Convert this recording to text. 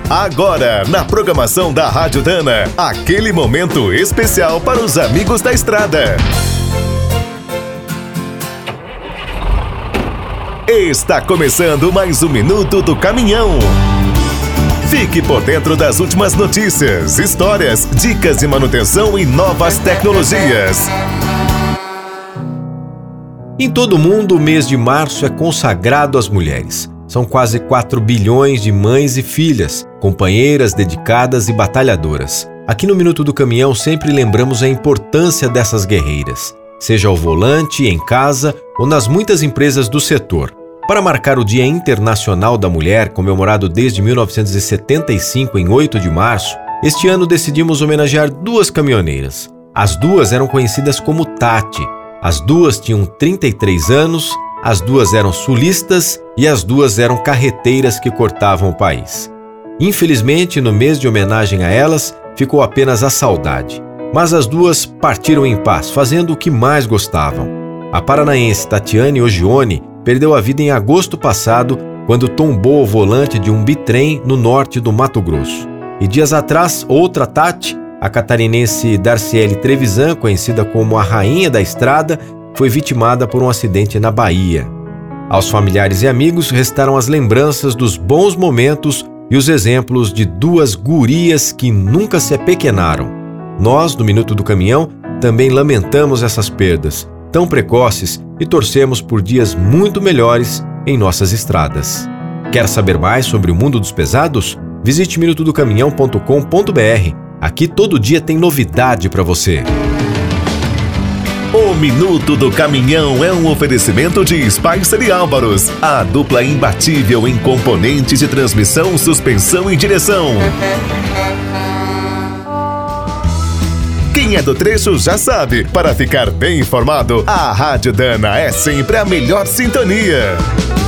Agora, na programação da Rádio Dana, aquele momento especial para os amigos da estrada. Está começando mais um Minuto do Caminhão. Fique por dentro das últimas notícias, histórias, dicas de manutenção e novas tecnologias. Em todo o mundo, o mês de março é consagrado às mulheres. São quase 4 bilhões de mães e filhas, companheiras dedicadas e batalhadoras. Aqui no Minuto do Caminhão sempre lembramos a importância dessas guerreiras, seja ao volante, em casa ou nas muitas empresas do setor. Para marcar o Dia Internacional da Mulher, comemorado desde 1975 em 8 de março, este ano decidimos homenagear 2 caminhoneiras. As 2 eram conhecidas como Tati. As 2 tinham 33 anos, as 2 eram sulistas e as 2 eram carreteiras que cortavam o país. Infelizmente, no mês de homenagem a elas, ficou apenas a saudade. Mas as 2 partiram em paz, fazendo o que mais gostavam. A paranaense Tatiane Ogione perdeu a vida em agosto passado, quando tombou o volante de um bitrem no norte do Mato Grosso. E dias atrás, outra Tati, a catarinense Darciele Trevisan, conhecida como a Rainha da Estrada, foi vitimada por um acidente na Bahia. Aos familiares e amigos restaram as lembranças dos bons momentos e os exemplos de 2 gurias que nunca se apequenaram. Nós, do Minuto do Caminhão, também lamentamos essas perdas tão precoces e torcemos por dias muito melhores em nossas estradas. Quer saber mais sobre o mundo dos pesados? Visite minutodocaminhão.com.br. Aqui todo dia tem novidade para você. O Minuto do Caminhão é um oferecimento de Spicer e Álvaros, a dupla imbatível em componentes de transmissão, suspensão e direção. Quem é do trecho já sabe, para ficar bem informado, a Rádio Dana é sempre a melhor sintonia.